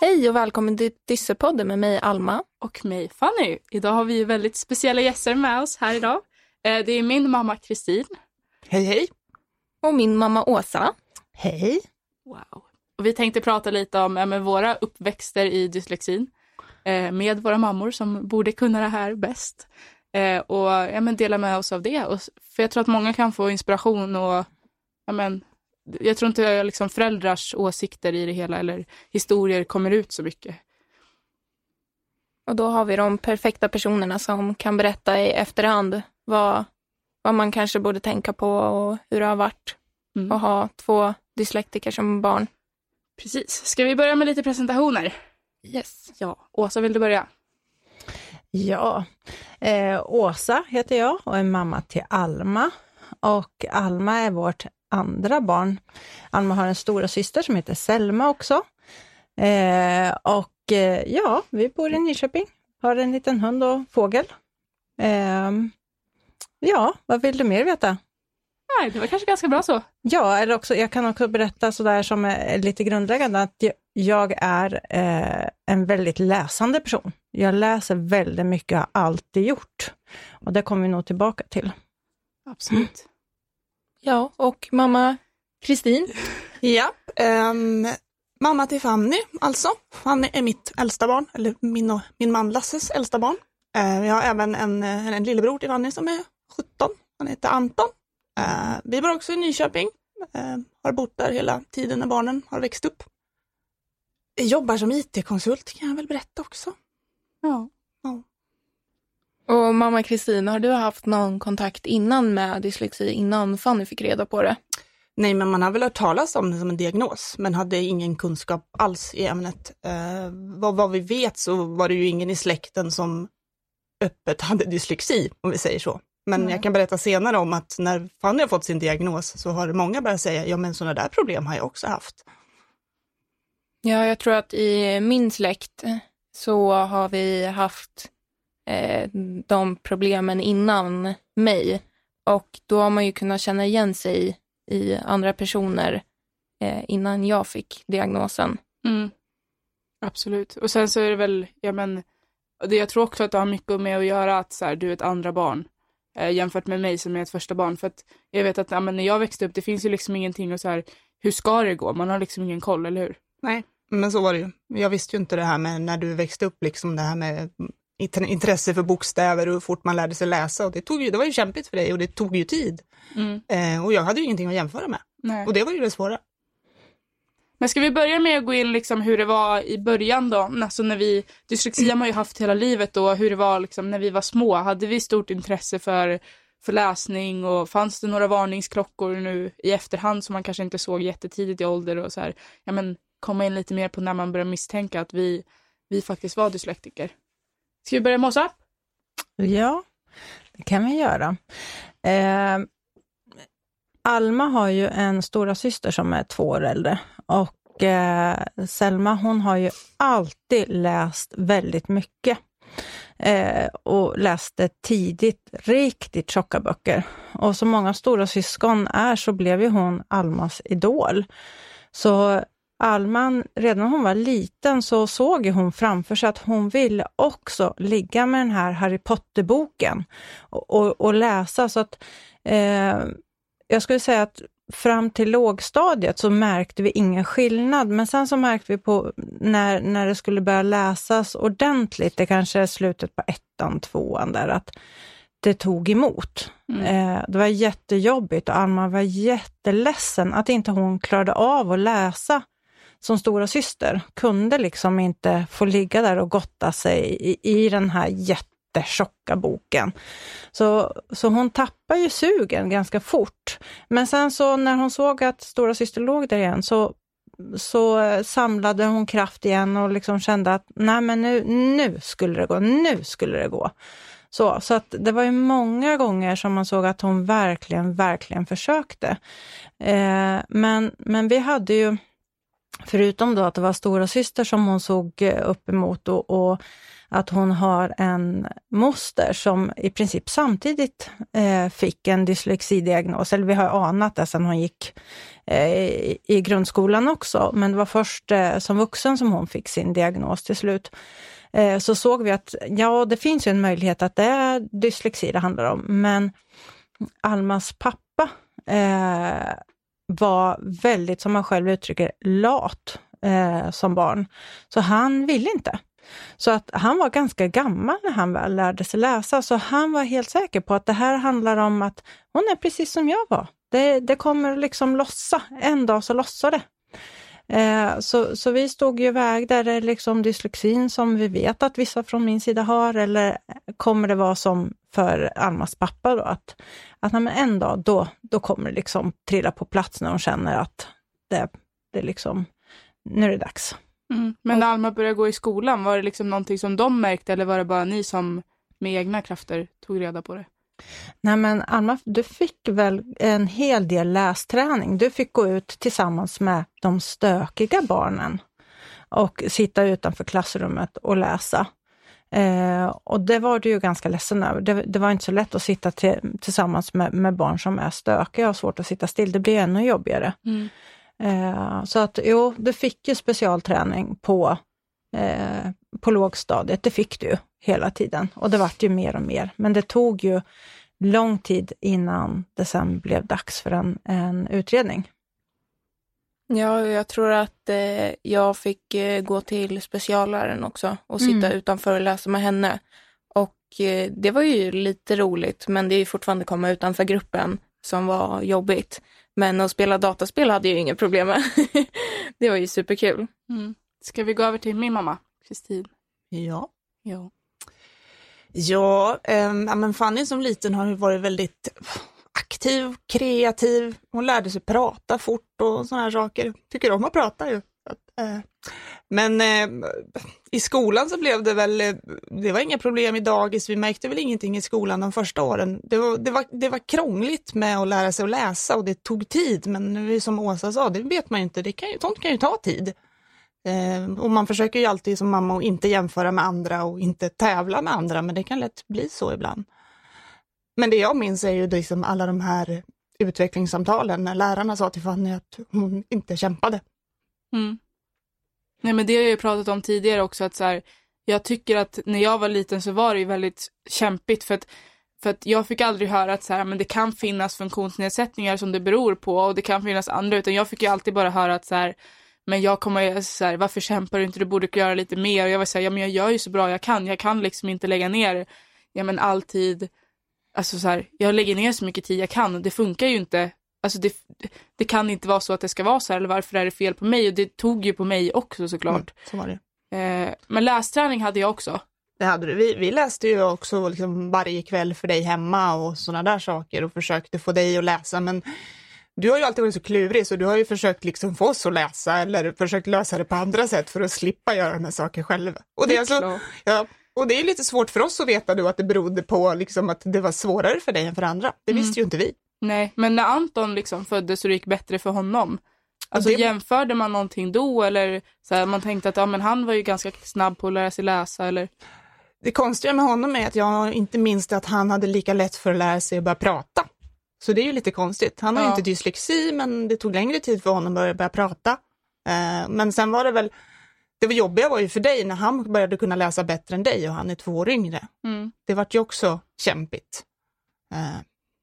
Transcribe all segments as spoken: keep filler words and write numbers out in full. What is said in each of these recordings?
Hej och välkommen till Dyssepodden med mig Alma. Och mig Fanny. Idag har vi ju väldigt speciella gäster med oss här idag. Det är min mamma Kristin. Hej hej. Och min mamma Åsa. Hej. Wow. Och vi tänkte prata lite om ja, med våra uppväxter i dyslexin. Eh, med våra mammor som borde kunna det här bäst. Eh, och ja, men dela med oss av det. Och, för jag tror att många kan få inspiration och ja, men, jag tror inte liksom föräldrars åsikter i det hela eller historier kommer ut så mycket. Och då har vi de perfekta personerna som kan berätta i efterhand vad, vad man kanske borde tänka på och hur det har varit mm. att ha två dyslektiker som barn. Precis. Ska vi börja med lite presentationer? Yes. Ja. Åsa, vill du börja? Ja, eh, Åsa heter jag och är mamma till Alma. Och Alma är vårt andra barn. Alma har en stora syster som heter Selma också. Eh, och eh, ja, vi bor i Nyköping. Har en liten hund och fågel. Eh, ja, vad vill du mer veta? Nej, det var kanske ganska bra så. Ja, eller också, jag kan också berätta sådär som är lite grundläggande att jag är eh, en väldigt läsande person. Jag läser väldigt mycket, har alltid gjort. Och det kommer vi nog tillbaka till. Absolut. Mm. Ja, och mamma Kristin? Ja, um, mamma till Fanny alltså. Fanny är mitt äldsta barn, eller min och min man Lasses äldsta barn. Uh, jag har även en, en, en lillebror till Fanny som är sjutton. Han heter Anton. Uh, vi bor också i Nyköping. Uh, har bott där hela tiden när barnen har växt upp. Jag jobbar som I T-konsult kan jag väl berätta också. Ja. ja. Och mamma Kristin, har du haft någon kontakt innan med dyslexi, innan Fanny fick reda på det? Nej, men man har väl hört talas om det som en diagnos, men hade ingen kunskap alls i ämnet. Uh, vad, vad vi vet så var det ju ingen i släkten som öppet hade dyslexi, om vi säger så. Men mm. jag kan berätta senare om att när Fanny har fått sin diagnos så har många börjat säga, ja men sådana där problem har jag också haft. Ja, jag tror att i min släkt så har vi haft eh, de problemen innan mig. Och då har man ju kunnat känna igen sig i andra personer eh, innan jag fick diagnosen. Mm. Absolut. Och sen så är det väl, ja men, det, jag tror också att det har mycket med att göra att så här, du är ett andra barn. Eh, jämfört med mig som är ett första barn. För att jag vet att ja, men när jag växte upp, det finns ju liksom ingenting och så här, hur ska det gå? Man har liksom ingen koll, eller hur? Nej, men så var det ju. Jag visste ju inte det här med när du växte upp, liksom det här med intresse för bokstäver och hur fort man lärde sig läsa. Och det, tog ju, det var ju kämpigt för dig och det tog ju tid. Mm. Eh, och jag hade ju ingenting att jämföra med. Nej. Och det var ju det svåra. Men ska vi börja med att gå in liksom hur det var i början då? Alltså när vi, dyslexi har man ju haft hela livet då. Hur det var liksom när vi var små. Hade vi stort intresse för, för läsning och fanns det några varningsklockor nu i efterhand som man kanske inte såg jättetidigt i ålder och så här. Ja men komma in lite mer på när man börjar misstänka att vi, vi faktiskt var dyslektiker. Ska vi börja med Åsa? Ja, det kan vi göra. Eh, Alma har ju en stora syster som är två år äldre. Och eh, Selma, hon har ju alltid läst väldigt mycket. Eh, och läste tidigt riktigt tjocka böcker. Och så många stora syskon är så blev ju hon Almas idol. Så Alman, redan när hon var liten så såg hon framför sig att hon ville också ligga med den här Harry Potter-boken och, och, och läsa. Så att eh, jag skulle säga att fram till lågstadiet så märkte vi ingen skillnad. Men sen så märkte vi på när, när det skulle börja läsas ordentligt, det kanske är slutet på ettan, tvåan där, att det tog emot. Mm. Eh, det var jättejobbigt och Alma var jätteledsen att inte hon klarade av att läsa som stora syster. Kunde liksom inte få ligga där och gotta sig i, i den här jättetjocka boken. Så, så hon tappade ju sugen ganska fort. Men sen så när hon såg att stora syster låg där igen så, så samlade hon kraft igen och liksom kände att nej men nu, nu skulle det gå, nu skulle det gå. Så, så att det var ju många gånger som man såg att hon verkligen, verkligen försökte. Eh, men, men vi hade ju förutom då att det var stora syster som hon såg upp emot och, och att hon har en moster som i princip samtidigt eh, fick en dyslexidiagnos. Eller vi har anat det sedan hon gick eh, i, i grundskolan också. Men det var först eh, som vuxen som hon fick sin diagnos till slut. Eh, så såg vi att ja, det finns ju en möjlighet att det är dyslexi det handlar om. Men Almas pappa eh, var väldigt, som han själv uttrycker, lat eh, som barn. Så han ville inte. Så att han var ganska gammal när han väl lärde sig läsa. Så han var helt säker på att det här handlar om att hon är precis som jag var. Det, det kommer liksom lossa. En dag så lossar det. Eh, så, så vi stod ju iväg där det är liksom dyslexin som vi vet att vissa från min sida har. Eller kommer det vara som för Almas pappa då? Att, att nej, men en dag då, då kommer det liksom trilla på plats när hon känner att det, det liksom, nu är det dags. Mm. Men när Alma började gå i skolan, var det liksom någonting som de märkte eller var det bara ni som med egna krafter tog reda på det? Nej men Alma, du fick väl en hel del lästräning. Du fick gå ut tillsammans med de stökiga barnen och sitta utanför klassrummet och läsa. Eh, och det var du ju ganska ledsen över. Det, det var inte så lätt att sitta till, tillsammans med, med barn som är stökiga och svårt att sitta still. Det blir ännu jobbigare. Mm. Eh, så att jo, du fick ju specialträning på, eh, på lågstadiet. Det fick du hela tiden. Och det vart ju mer och mer. Men det tog ju lång tid innan det sen blev dags för en, en utredning. Ja, jag tror att eh, jag fick eh, gå till specialläraren också och sitta mm. utanför och läsa med henne. Och eh, det var ju lite roligt, men det är ju fortfarande komma utanför gruppen som var jobbigt. Men att spela dataspel hade jag ju inga problem med. Det var ju superkul. Mm. Ska vi gå över till min mamma, Kristin? Ja. Ja. Ja, eh, men Fanny som liten har ju varit väldigt aktiv, kreativ. Hon lärde sig prata fort och såna här saker. Tycker om att prata ju. Att, eh. Men eh, i skolan så blev det väl, det var inga problem i dagis. Vi märkte väl ingenting i skolan de första åren. Det var, det var, det var krångligt med att lära sig att läsa och det tog tid. Men som Åsa sa, det vet man ju inte. Det kan ju, sånt kan ju ta tid. Eh, och man försöker ju alltid som mamma att inte jämföra med andra och inte tävla med andra. Men det kan lätt bli så ibland. Men det jag minns är ju liksom alla de här utvecklingssamtalen när lärarna sa till Fanny att hon inte kämpade. Mm. Nej, men det har jag ju pratat om tidigare också, att så här, jag tycker att när jag var liten så var det ju väldigt kämpigt för att, för att jag fick aldrig höra att så här, men det kan finnas funktionsnedsättningar som det beror på och det kan finnas andra, utan jag fick ju alltid bara höra att så här, men jag kommer så här, varför kämpar du inte, du borde göra lite mer, och jag var så här, ja men jag gör ju så bra jag kan, jag kan liksom inte lägga ner, ja men alltid, alltså så här, jag lägger ner så mycket tid jag kan och det funkar ju inte. Alltså det, det kan inte vara så att det ska vara så här, eller varför är det fel på mig? Och det tog ju på mig också såklart. Mm, så var det. Eh, men lästräning hade jag också. Det hade du. Vi, vi läste ju också liksom varje kväll för dig hemma och sådana där saker och försökte få dig att läsa. Men du har ju alltid varit så klurig så du har ju försökt liksom få oss att läsa eller försökt lösa det på andra sätt för att slippa göra de här saker själv. Och det, det är alltså, ja, och det är lite svårt för oss att veta då att det berodde på liksom att det var svårare för dig än för andra. Det mm. visste ju inte vi. Nej, men när Anton liksom föddes så det gick bättre för honom. Alltså det... jämförde man någonting då eller så här, man tänkte att ja, men han var ju ganska snabb på att lära sig läsa eller... Det konstiga med honom är att jag inte minns att han hade lika lätt för att lära sig att börja prata. Så det är ju lite konstigt. Han har ju ja. inte dyslexi men det tog längre tid för honom att börja, börja prata. Uh, men sen var det väl, det var jobbiga var ju för dig när han började kunna läsa bättre än dig och han är två år yngre. Mm. Det var ju också kämpigt. Uh,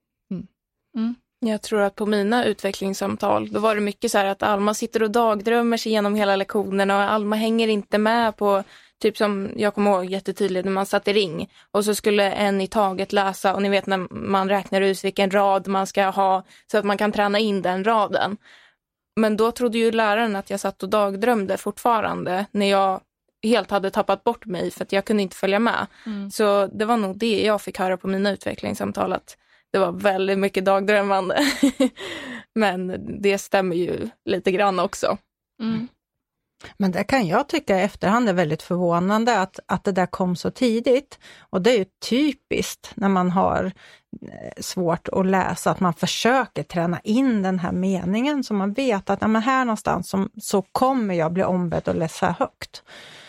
Mm. Jag tror att på mina utvecklingssamtal då var det mycket så här att Alma sitter och dagdrömmer sig igenom hela lektionerna och Alma hänger inte med på typ som jag kommer ihåg jättetydligt när man satt i ring och så skulle en i taget läsa och ni vet när man räknar ut vilken rad man ska ha så att man kan träna in den raden. Men då trodde ju läraren att jag satt och dagdrömde fortfarande när jag helt hade tappat bort mig för att jag kunde inte följa med. Mm. Så det var nog det jag fick höra på mina utvecklingssamtal att det var väldigt mycket dagdrömmande. Men det stämmer ju lite grann också. Mm. Men det kan jag tycka i efterhand är väldigt förvånande att, att det där kom så tidigt. Och det är ju typiskt när man har svårt att läsa, att man försöker träna in den här meningen så man vet att ja, men här någonstans som, så kommer jag bli ombedd att läsa högt.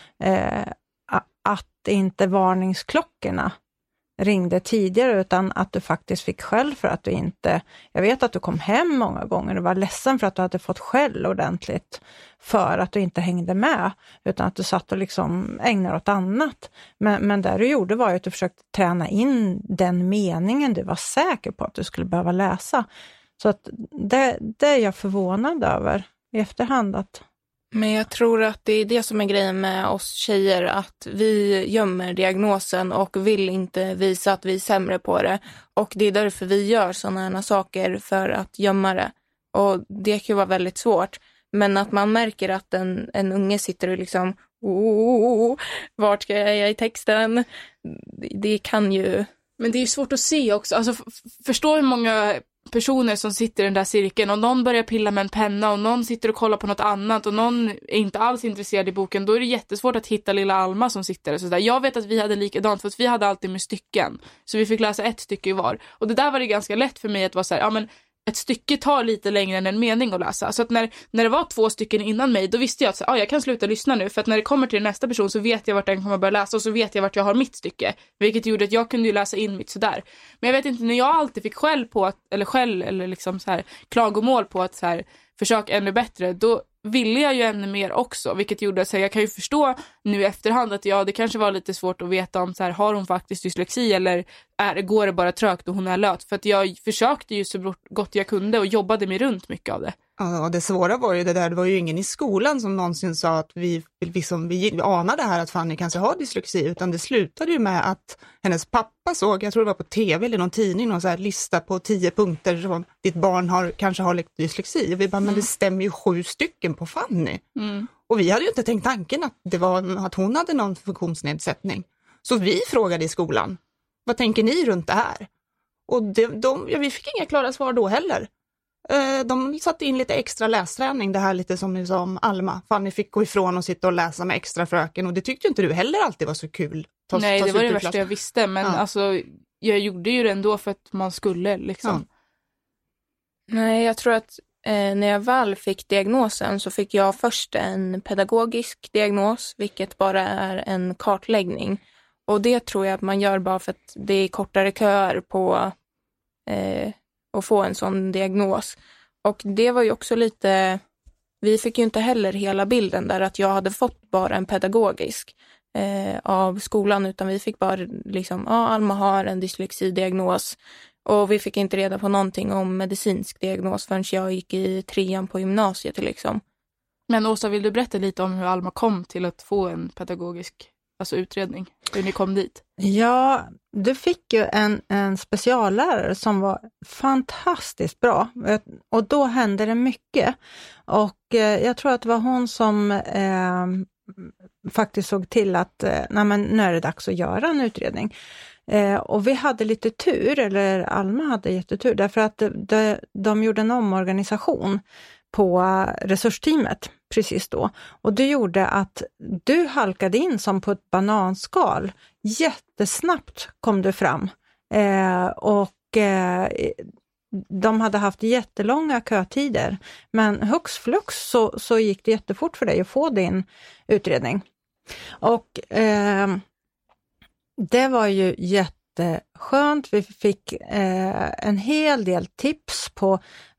Eh, att inte varningsklockorna ringde tidigare utan att du faktiskt fick skäll för att du inte, jag vet att du kom hem många gånger och var ledsen för att du hade fått skäll ordentligt för att du inte hängde med utan att du satt och liksom ägnade åt annat. Men, men det du gjorde var ju att du försökte träna in den meningen du var säker på att du skulle behöva läsa. Så att det, det är jag förvånad över i efterhand att Men jag tror att det är det som är grejen med oss tjejer, att vi gömmer diagnosen och vill inte visa att vi är sämre på det. Och det är därför vi gör sådana här saker för att gömma det. Och det kan ju vara väldigt svårt. Men att man märker att en, en unge sitter och liksom, oh, vart ska jag är i texten? Det kan ju... Men det är ju svårt att se också. Alltså, f- förstå hur många personer som sitter i den där cirkeln och någon börjar pilla med en penna och någon sitter och kollar på något annat och någon är inte alls intresserad i boken. Då är det jättesvårt att hitta lilla Alma som sitter där. Så där. Jag vet att vi hade likadant för att vi hade alltid med stycken. Så vi fick läsa ett stycke var. Och det där var det ganska lätt för mig att vara så här, ja men ett stycke tar lite längre än en mening att läsa. Så att när, när det var två stycken innan mig, då visste jag att så, ah, jag kan sluta lyssna nu. För att när det kommer till nästa person så vet jag vart den kommer börja läsa och så vet jag vart jag har mitt stycke. Vilket gjorde att jag kunde ju läsa in mitt sådär. Men jag vet inte, när jag alltid fick skäll på att, eller skäll eller liksom så här, klagomål på att så här, försök ännu bättre, då ville jag ju ännu mer också, vilket gjorde att så här, jag kan ju förstå nu i efterhand att ja, det kanske var lite svårt att veta om så här, har hon faktiskt dyslexi eller är, går det bara trögt och hon är löt, för att jag försökte ju så gott jag kunde och jobbade mig runt mycket av det. Ja, det svåra var ju det där, det var ju ingen i skolan som någonsin sa att vi, vi, som, vi anade här att Fanny kanske har dyslexi, utan det slutade ju med att hennes pappa såg, jag tror det var på tv eller någon tidning, någon så här lista på tio punkter som ditt barn har, kanske har dyslexi. Och vi bara, mm. men det stämmer ju sju stycken på Fanny. Mm. Och vi hade ju inte tänkt tanken att, det var, att hon hade någon funktionsnedsättning. Så vi frågade i skolan, vad tänker ni runt det här? Och det, de, ja, vi fick inga klara svar då heller. De satte in lite extra lästräning, det här lite som ni sa om Alma. Fanny fick gå ifrån och sitta och läsa med extra fröken, och det tyckte inte du heller alltid var så kul. Ta, Nej, ta det var det värsta jag visste, men ja. Alltså, jag gjorde ju det ändå för att man skulle liksom. Ja. Nej, jag tror att eh, när jag väl fick diagnosen så fick jag först en pedagogisk diagnos, vilket bara är en kartläggning. Och det tror jag att man gör bara för att det är kortare köer på eh, att få en sån diagnos. Och det var ju också lite, vi fick ju inte heller hela bilden där att jag hade fått bara en pedagogisk eh, av skolan, utan vi fick bara liksom, ja, Alma har en dyslexidiagnos, och vi fick inte reda på någonting om medicinsk diagnos förrän jag gick i trean på gymnasiet liksom. Men Åsa, vill du berätta lite om hur Alma kom till att få en pedagogisk alltså utredning, hur ni kom dit? Ja, du fick ju en, en speciallärare som var fantastiskt bra, och då hände det mycket. Och eh, jag tror att det var hon som eh, faktiskt såg till att eh, nej, men nu är det dags att göra en utredning. Eh, och vi hade lite tur, eller Alma hade jättetur, därför att de, de gjorde en omorganisation på resursteamet precis då. Och det gjorde att du halkade in som på ett bananskal. Jättesnabbt kom du fram. Eh, och eh, de hade haft jättelånga kötider. Men hux flux så, så gick det jättefort för dig att få din utredning. Och eh, det var ju jätteskönt. Vi fick eh, en hel del tips på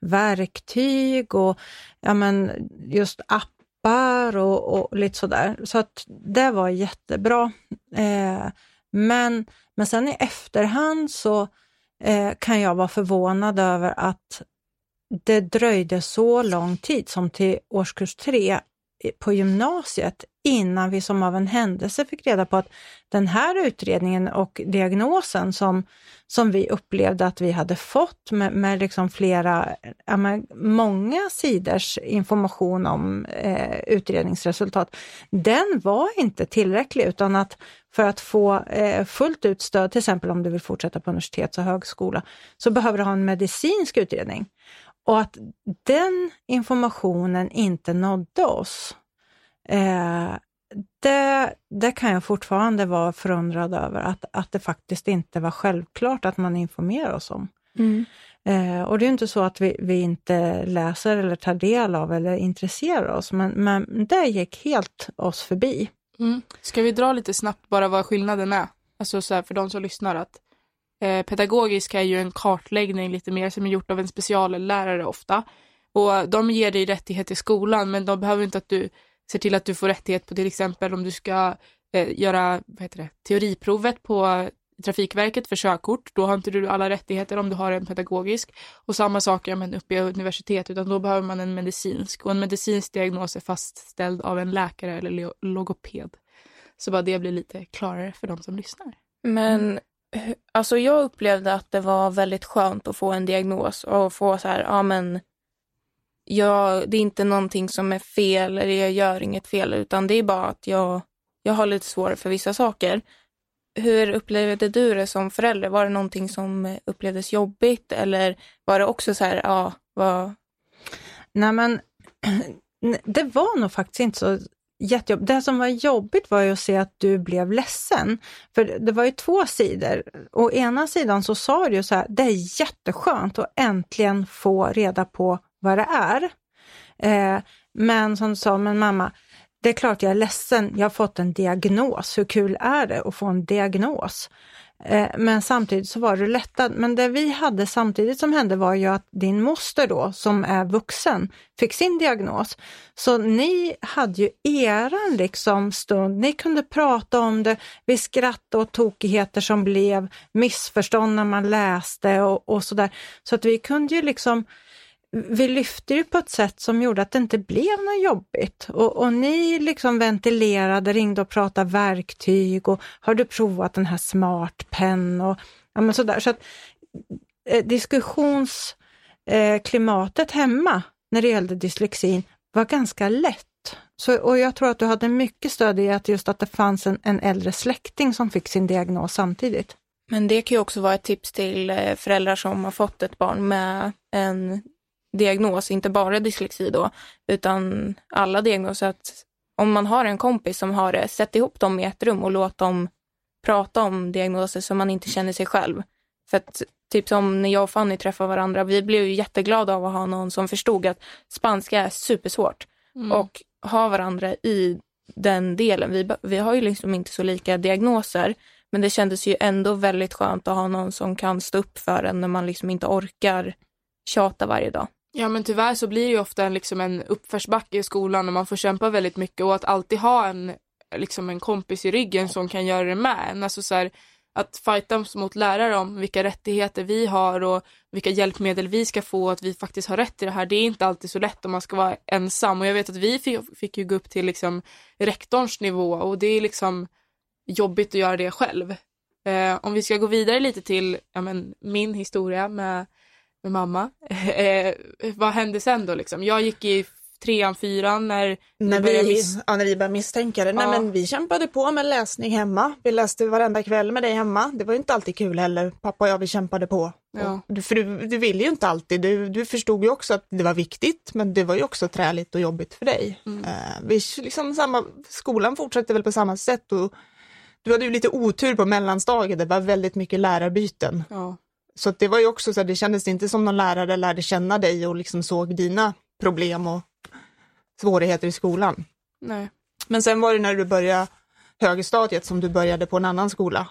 verktyg och ja, men just appar och, och lite sådär. Så att det var jättebra. Eh, men, men sen i efterhand så eh, kan jag vara förvånad över att det dröjde så lång tid som till årskurs tre på gymnasiet innan vi som av en händelse fick reda på att den här utredningen och diagnosen som, som vi upplevde att vi hade fått med, med liksom flera, ja, med många sidors information om eh, utredningsresultat, den var inte tillräcklig, utan att för att få eh, fullt ut stöd, till exempel om du vill fortsätta på universitet och högskola, så behöver du ha en medicinsk utredning. Och att den informationen inte nådde oss, eh, det, det kan jag fortfarande vara förundrad över, att, att det faktiskt inte var självklart att man informerar oss om. Mm. Eh, och det är inte så att vi, vi inte läser eller tar del av eller intresserar oss, men, men det gick helt oss förbi. Mm. Ska vi dra lite snabbt bara vad skillnaden är? Alltså så här, för de som lyssnar, att eh, pedagogisk är ju en kartläggning lite mer som är gjort av en speciallärare ofta. Och de ger dig rättighet i skolan, men de behöver inte att du ser till att du får rättighet på till exempel om du ska eh, göra vad heter det, teoriprovet på Trafikverket för körkort. Då har inte du alla rättigheter om du har en pedagogisk. Och samma sak är men uppe i universitet, utan då behöver man en medicinsk. Och en medicinsk diagnos är fastställd av en läkare eller lo- logoped. Så bara det blir lite klarare för de som lyssnar. Men alltså jag upplevde att det var väldigt skönt att få en diagnos och få så här, ja men jag, det är inte någonting som är fel eller jag gör inget fel, utan det är bara att jag, jag har lite svårare för vissa saker. Hur upplevde du det som förälder? Var det någonting som upplevdes jobbigt eller var det också så här, ja, vad... Nej men, det var nog faktiskt inte så jättejobbigt. Det som var jobbigt var ju att se att du blev ledsen. För det var ju två sidor. Å ena sidan så sa du ju så här, det är jätteskönt att äntligen få reda på vad det är. Eh, men som du sa, men mamma, det är klart jag är ledsen, jag har fått en diagnos. Hur kul är det att få en diagnos? Eh, men samtidigt så var du lättad. Men det vi hade samtidigt som hände var ju att din moster då, som är vuxen, fick sin diagnos. Så ni hade ju eran liksom stund. Ni kunde prata om det. Vi skrattade åt tokigheter som blev missförstånd när man läste och, och sådär. Så att vi kunde ju liksom... Vi lyfte ju på ett sätt som gjorde att det inte blev något jobbigt. Och, och ni liksom ventilerade, ringde och pratade verktyg. Och har du provat den här smartpenn? Och ja, men sådär. Så att eh, diskussionsklimatet eh, hemma när det gällde dyslexin var ganska lätt. Så, och jag tror att du hade mycket stöd i att just att det fanns en, en äldre släkting som fick sin diagnos samtidigt. Men det kan ju också vara ett tips till föräldrar som har fått ett barn med en diagnos, inte bara dyslexi då, utan alla diagnoser. Att om man har en kompis som har det, sätt ihop dem i ett rum och låt dem prata om diagnoser som man inte känner sig själv. För att typ som när jag och Fanny träffade varandra, vi blev ju jätteglada av att ha någon som förstod att spanska är supersvårt. Mm. Och ha varandra i den delen. Vi, vi har ju liksom inte så lika diagnoser, men det kändes ju ändå väldigt skönt att ha någon som kan stå upp för en när man liksom inte orkar tjata varje dag. Ja, men tyvärr så blir det ju ofta en, liksom en uppförsbacke i skolan och man får kämpa väldigt mycket, och att alltid ha en, liksom en kompis i ryggen som kan göra det med en. Alltså så här, att fighta mot lärare om vilka rättigheter vi har och vilka hjälpmedel vi ska få, att vi faktiskt har rätt i det här. Det är inte alltid så lätt om man ska vara ensam, och jag vet att vi fick, fick ju gå upp till liksom rektorns nivå, och det är liksom jobbigt att göra det själv. Eh, om vi ska gå vidare lite till ja, men, min historia med med mamma. Eh, vad hände sen då liksom? Jag gick i trean, fyran när, när, vi, miss... ja, när vi började misstänka det. Ja. Nej, men vi kämpade på med läsning hemma. Vi läste varenda kväll med dig hemma. Det var inte alltid kul heller. Pappa och jag, vi kämpade på. Ja. Och, för du, du ville ju inte alltid. Du, du förstod ju också att det var viktigt, men det var ju också träligt och jobbigt för dig. Mm. Eh, vi, liksom, samma, skolan fortsatte väl på samma sätt, och du hade ju lite otur på mellanstadiet. Det var väldigt mycket lärarbyten. Ja. Så att det var ju också så att det kändes inte som någon lärare lärde känna dig och liksom såg dina problem och svårigheter i skolan. Nej. Men sen var det när du började högstadiet som du började på en annan skola.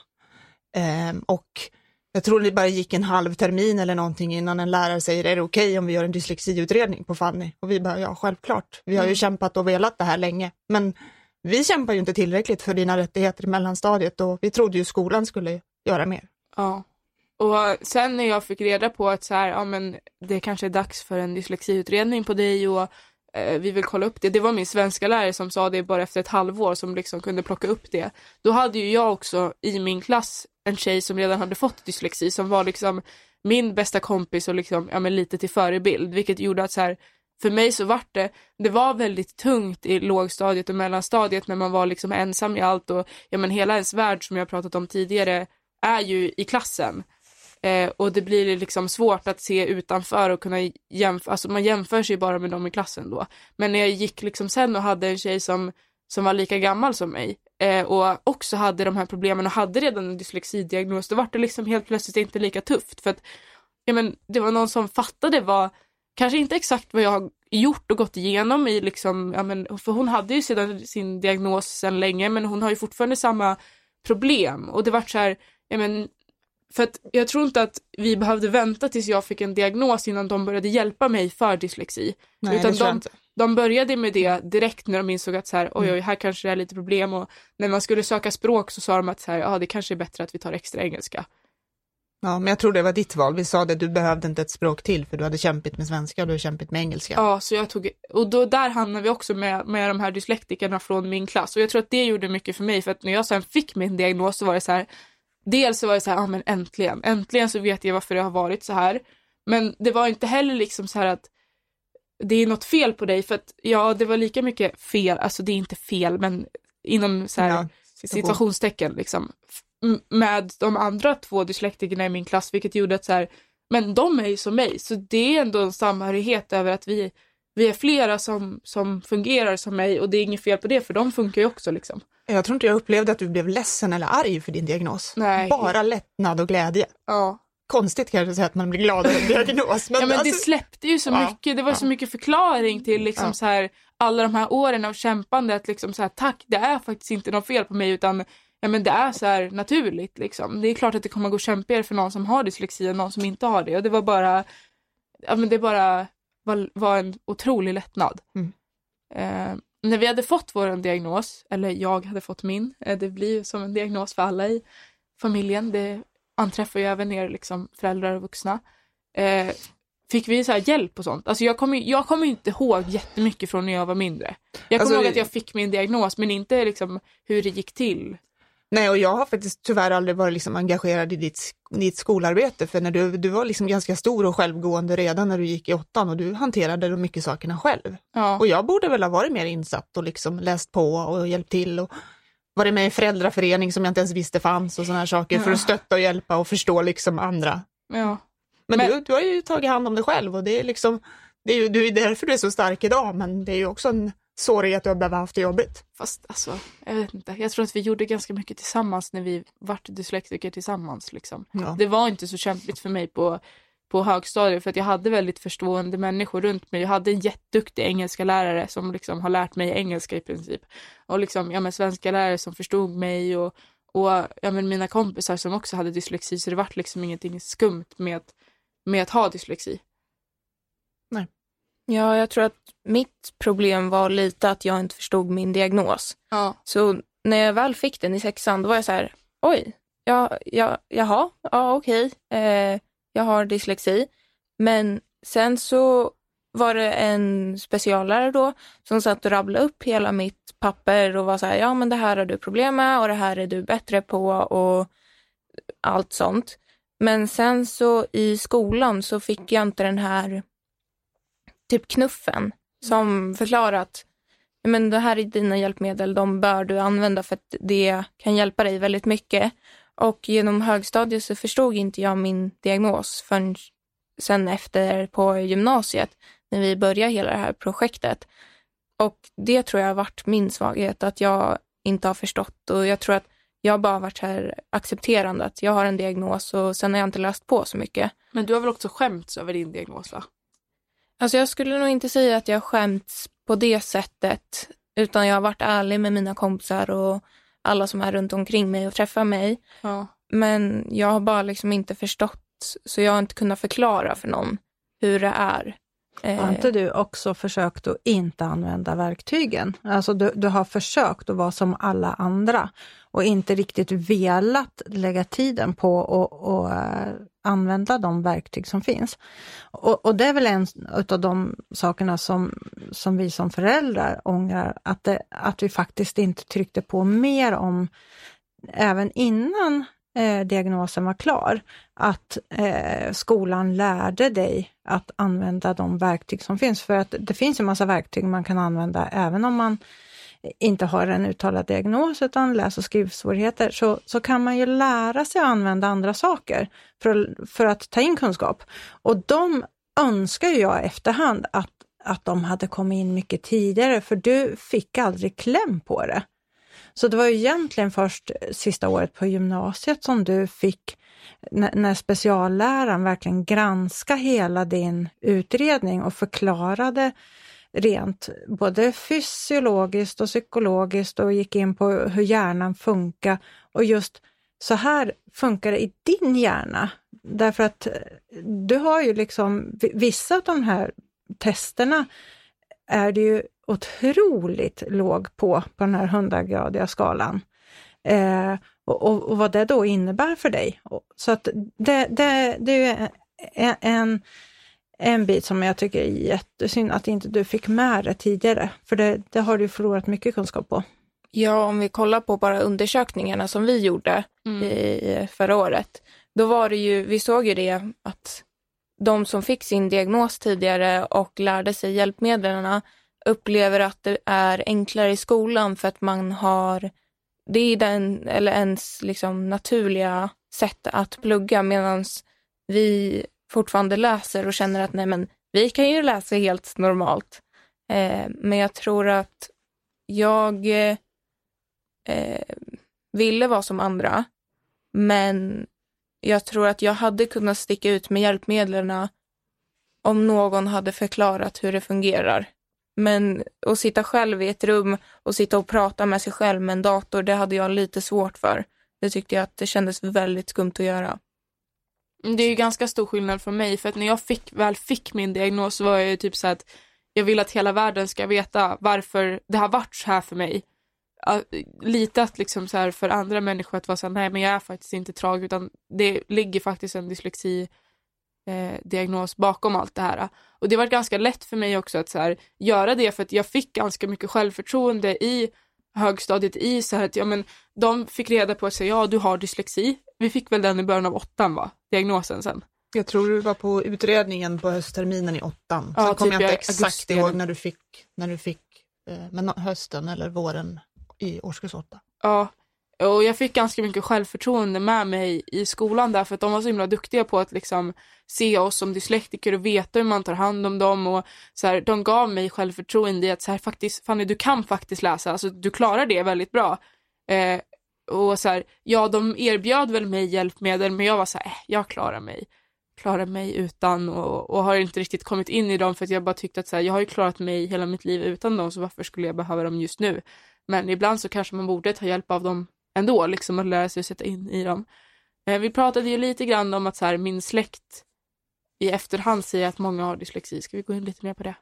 Ehm, och jag tror det bara gick en halv termin eller någonting innan en lärare säger, är det okej okay om vi gör en dyslexiutredning på Fanny? Och vi bara, ja självklart. Vi har ju mm. kämpat och velat det här länge. Men vi kämpar ju inte tillräckligt för dina rättigheter i mellanstadiet, och vi trodde ju skolan skulle göra mer. Ja. Och sen när jag fick reda på att så här, ja, men det kanske är dags för en dyslexiutredning på dig och eh, vi vill kolla upp det. Det var min svenska lärare som sa det bara efter ett halvår, som liksom kunde plocka upp det. Då hade ju jag också i min klass en tjej som redan hade fått dyslexi, som var liksom min bästa kompis och liksom, ja, men lite till förebild. Vilket gjorde att så här, för mig så var det, det var väldigt tungt i lågstadiet och mellanstadiet när man var liksom ensam i allt, och ja, men hela ens värld som jag pratat om tidigare är ju i klassen. Eh, och det blir liksom svårt att se utanför och kunna jämföra, alltså man jämför sig bara med dem i klassen då. Men när jag gick liksom sen och hade en tjej som som var lika gammal som mig eh, och också hade de här problemen och hade redan en dyslexidiagnos, då var det liksom helt plötsligt inte lika tufft. För att ja, men, det var någon som fattade vad, kanske inte exakt vad jag har gjort och gått igenom i liksom, ja, men, för hon hade ju sedan sin diagnos sedan länge, men hon har ju fortfarande samma problem. Och det var så här, ja, men, för att jag tror inte att vi behövde vänta tills jag fick en diagnos innan de började hjälpa mig för dyslexi. Nej, utan det tror jag de, inte. de började med det direkt när de insåg att så här, oj, oj, här kanske det är lite problem. Och när man skulle söka språk så sa de att så här, ja, det kanske är bättre att vi tar extra engelska. Ja, men jag tror det var ditt val. Vi sa det, du behövde inte ett språk till för du hade kämpat med svenska och du hade kämpat med engelska. Ja, så jag tog, och då där hamnade vi också med, med de här dyslektikerna från min klass. Och jag tror att det gjorde mycket för mig, för att när jag sen fick min diagnos så var det så här, dels så var det så här, ja men äntligen, äntligen så vet jag varför det har varit så här. Men det var inte heller liksom så här att det är något fel på dig, för att ja, det var lika mycket fel, alltså det är inte fel, men inom så här Ja, situationstecken liksom, med de andra två dyslektikerna i min klass, vilket gjorde att så här, men de är ju som mig, så det är ändå en samhörighet över att vi, vi är flera som, som fungerar som mig, och det är inget fel på det, för de funkar ju också liksom. Jag tror inte jag upplevde att du blev ledsen eller arg för din diagnos. Nej. Bara lättnad och glädje. Ja. Konstigt kanske att säga att man blir glad över en diagnos. Men, Ja, men alltså, det släppte ju så Ja. mycket, det var Ja. så mycket förklaring till liksom Ja. så här, alla de här åren av kämpande, att liksom så här, tack, det är faktiskt inte något fel på mig, utan ja, men det är så här naturligt liksom. Det är klart att det kommer gå kämpigare för någon som har dyslexi än någon som inte har det, och det var bara, ja men det bara var, var en otrolig lättnad. Mm. Eh, när vi hade fått vår diagnos, eller jag hade fått min, eh, det blir ju som en diagnos för alla i familjen, det anträffar ju även er liksom föräldrar och vuxna. Eh, fick vi så här hjälp och sånt. Alltså jag kommer jag kommer inte ihåg jättemycket från när jag var mindre. Jag kommer Alltså, ihåg att jag fick min diagnos, men inte liksom hur det gick till. Nej, och jag har faktiskt tyvärr aldrig varit liksom engagerad i ditt, ditt skolarbete, för när du, du var liksom ganska stor och självgående redan när du gick i åttan, och du hanterade de mycket sakerna själv. Ja. Och jag borde väl ha varit mer insatt och liksom läst på och hjälpt till och varit med i föräldraförening som jag inte ens visste fanns och såna här saker, Ja. för att stötta och hjälpa och förstå liksom andra. Ja. Men, Men- du, du har ju tagit hand om dig själv, och det är liksom, det är ju du är därför du är så stark idag, men det är ju också en sårighet att du har behövt haft det jobbigt. Fast alltså, jag vet inte. Jag tror att vi gjorde ganska mycket tillsammans när vi vart dyslektiker tillsammans liksom. Ja. Det var inte så kämpigt för mig på, på högstadiet, för att jag hade väldigt förstående människor runt mig. Jag hade en jätteduktig engelska lärare som liksom har lärt mig engelska i princip. Och liksom, ja men svenska lärare som förstod mig, och, och ja men mina kompisar som också hade dyslexi, så det vart liksom ingenting skumt med att, med att ha dyslexi. Ja, jag tror att mitt problem var lite att jag inte förstod min diagnos. Ja. Så när jag väl fick den i sexan, då var jag så här, oj, ja, ja, jaha, ja okej, eh, jag har dyslexi. Men sen så var det en speciallärare då som satt och rabblade upp hela mitt papper och var så här, ja men det här har du problem med och det här är du bättre på och allt sånt. Men sen så i skolan så fick jag inte den här typ knuffen som förklarar att men det här är dina hjälpmedel, de bör du använda för att det kan hjälpa dig väldigt mycket. Och genom högstadiet så förstod inte jag min diagnos förrän sen efter på gymnasiet när vi började hela det här projektet. Och det tror jag har varit min svaghet, att jag inte har förstått, och jag tror att jag bara har varit här accepterande att jag har en diagnos, och sen har jag inte läst på så mycket. Men du har väl också skämts över din diagnos, va? Alltså jag skulle nog inte säga att jag skämts på det sättet, utan jag har varit ärlig med mina kompisar och alla som är runt omkring mig och träffar mig. Ja. Men jag har bara liksom inte förstått, så jag har inte kunnat förklara för någon hur det är. Har inte du också försökt att inte använda verktygen? Alltså du, du har försökt att vara som alla andra och inte riktigt velat lägga tiden på att och, uh, använda de verktyg som finns. Och, och det är väl en av de sakerna som, som vi som föräldrar ångrar, att, det, att vi faktiskt inte tryckte på mer om, även innan eh, diagnosen var klar, att eh, skolan lärde dig att använda de verktyg som finns. För att det finns en massa verktyg man kan använda även om man inte har en uttalad diagnos utan läs- och skrivsvårigheter, så, så kan man ju lära sig att använda andra saker för, för att ta in kunskap. Och de önskar ju jag efterhand att, att de hade kommit in mycket tidigare, för du fick aldrig kläm på det. Så det var ju egentligen först sista året på gymnasiet som du fick, när, när specialläraren verkligen granskade hela din utredning och förklarade rent både fysiologiskt och psykologiskt och gick in på hur hjärnan funkar. Och just så här funkar det i din hjärna. Därför att du har ju liksom, vissa av de här testerna är det ju otroligt låg på, på den här hundragradiga skalan. Eh, och, och, och vad det då innebär för dig. Så att det, det, det är ju en, en, en bit som jag tycker är jättesynd att inte du fick med det tidigare. För det, det har du förlorat mycket kunskap på. Ja, om vi kollar på bara undersökningarna som vi gjorde mm. i förra året. Då var det ju, vi såg ju det att de som fick sin diagnos tidigare och lärde sig hjälpmedlen upplever att det är enklare i skolan för att man har, det är den, eller ens liksom naturliga sätt att plugga, medan vi fortfarande läser och känner att nej, men vi kan ju läsa helt normalt. Eh, men jag tror att jag eh, ville vara som andra, men jag tror att jag hade kunnat sticka ut med hjälpmedlen om någon hade förklarat hur det fungerar. Men att sitta själv i ett rum och sitta och prata med sig själv med en dator, det hade jag lite svårt för. Det tyckte jag att det kändes väldigt skumt att göra. Det är ju ganska stor skillnad för mig, för att när jag fick, väl fick min diagnos så var jag ju typ så att jag vill att hela världen ska veta varför det har varit så här för mig. Lite att liksom så här för andra människor att vara så här, nej men jag är faktiskt inte trag, utan det ligger faktiskt en dyslexi eh, diagnos bakom allt det här. Och det var ganska lätt för mig också att så här, göra det, för att jag fick ganska mycket självförtroende i högstadiet i så här att ja, men de fick reda på att säga ja, du har dyslexi. Vi fick väl den i början av åttan, va? Diagnosen sen. Jag tror du var på utredningen på höstterminen i åttan. Sen Ja, kommer typ jag inte jag, exakt augusti, ihåg när du fick, när du fick eh, men hösten eller våren i årskurs åtta. Ja, och jag fick ganska mycket självförtroende med mig i skolan där, för att de var så himla duktiga på att liksom se oss som dyslektiker och veta hur man tar hand om dem, och så här, de gav mig självförtroende i att så här, faktiskt, Fanny, du kan faktiskt läsa, alltså du klarar det väldigt bra. Eh, och så här, ja, de erbjöd väl mig hjälpmedel, men jag var så här, eh, jag klarar mig. klarar mig utan, och, och har inte riktigt kommit in i dem, för att jag bara tyckte att så här, jag har ju klarat mig hela mitt liv utan dem, så varför skulle jag behöva dem just nu? Men ibland så kanske man borde ta hjälp av dem ändå, liksom att lära sig att sätta in i dem. Eh, vi pratade ju lite grann om att så här, min släkt i efterhand säger att många har dyslexi. Ska vi gå in lite mer på det?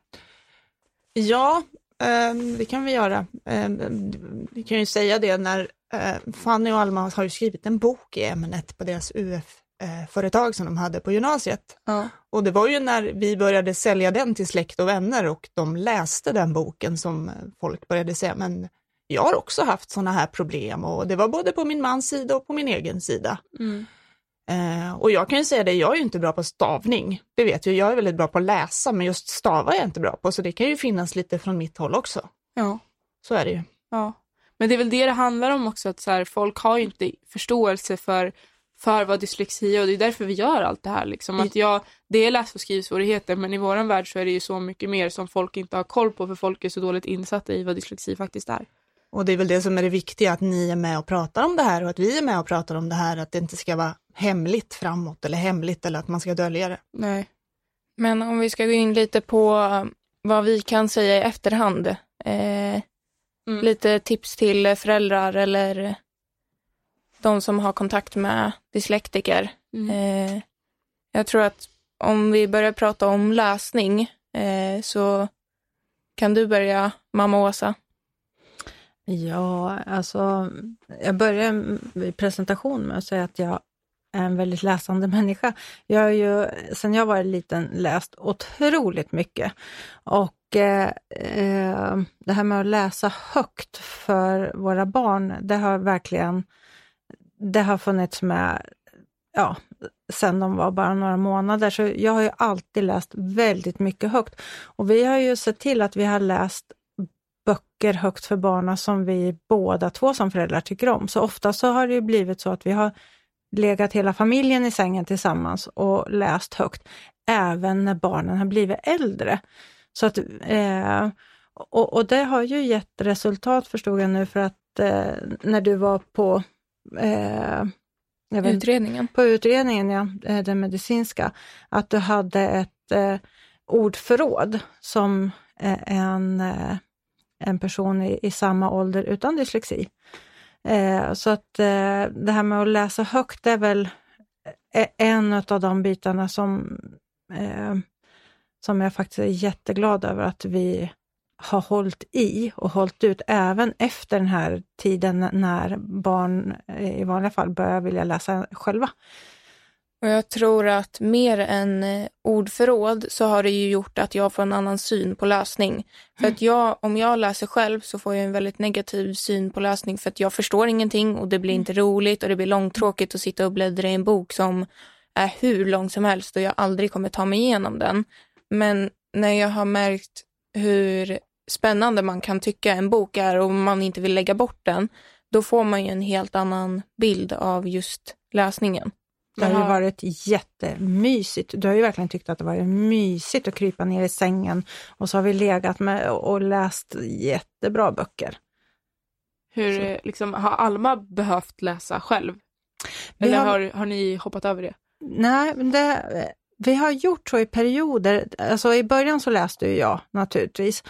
Ja, eh, det kan vi göra. Eh, vi kan ju säga det när eh, Fanny och Alma har ju skrivit en bok i ämnet på deras U F-företag som de hade på gymnasiet. Ja. Och det var ju när vi började sälja den till släkt och vänner och de läste den boken som folk började säga, men jag har också haft såna här problem, och det var både på min mans sida och på min egen sida. Mm. Eh, och jag kan ju säga det, jag är ju inte bra på stavning. Det vet ju, jag är väldigt bra på att läsa, men just stava är jag inte bra på, så det kan ju finnas lite från mitt håll också. Ja. Så är det ju. Ja. Men det är väl det det handlar om också, att så här, folk har ju inte förståelse för, för vad dyslexi är, och det är därför vi gör allt det här. Liksom. Att jag, det är läs- och skrivsvårigheter, men i våran värld så är det ju så mycket mer som folk inte har koll på, för folk är så dåligt insatta i vad dyslexi faktiskt är. Och det är väl det som är det viktiga, att ni är med och pratar om det här och att vi är med och pratar om det här, att det inte ska vara hemligt framåt eller hemligt eller att man ska dölja det. Nej. Men om vi ska gå in lite på vad vi kan säga i efterhand. Eh, mm. Lite tips till föräldrar eller de som har kontakt med dyslektiker. Mm. Eh, jag tror att om vi börjar prata om läsning eh, så kan du börja, mamma Åsa. Ja, alltså jag börjar i presentation med att säga att jag är en väldigt läsande människa. Jag har ju sedan jag var liten läst otroligt mycket, och eh, det här med att läsa högt för våra barn, det har verkligen det har funnits med ja, sen de var bara några månader, så jag har ju alltid läst väldigt mycket högt, och vi har ju sett till att vi har läst böcker högt för barnen som vi båda två som föräldrar tycker om. Så ofta så har det ju blivit så att vi har legat hela familjen i sängen tillsammans och läst högt, även när barnen har blivit äldre. Så att, eh, och, och det har ju gett resultat, förstod jag nu, för att eh, när du var på eh, jag vet, Utredningen. På utredningen, ja, den medicinska, att du hade ett eh, ordförråd som eh, en, eh, en person i, i samma ålder utan dyslexi. Eh, så att eh, det här med att läsa högt är väl en av de bitarna som, eh, som jag faktiskt är jätteglad över att vi har hållit i och hållit ut även efter den här tiden när barn i vanliga fall börjar vilja läsa själva. Och jag tror att mer än ordförråd så har det ju gjort att jag får en annan syn på läsning. För att jag, om jag läser själv så får jag en väldigt negativ syn på läsning för att jag förstår ingenting och det blir inte roligt och det blir långtråkigt att sitta och bläddra i en bok som är hur lång som helst och jag aldrig kommer ta mig igenom den. Men när jag har märkt hur spännande man kan tycka en bok är och man inte vill lägga bort den, då får man ju en helt annan bild av just läsningen. Det har ju varit jättemysigt. Du har ju verkligen tyckt att det var mysigt att krypa ner i sängen och så har vi legat med och läst jättebra böcker. Hur, liksom, har Alma behövt läsa själv? Eller har, har, har ni hoppat över det? Nej, det, vi har gjort så i perioder. Alltså i början så läste ju jag naturligtvis.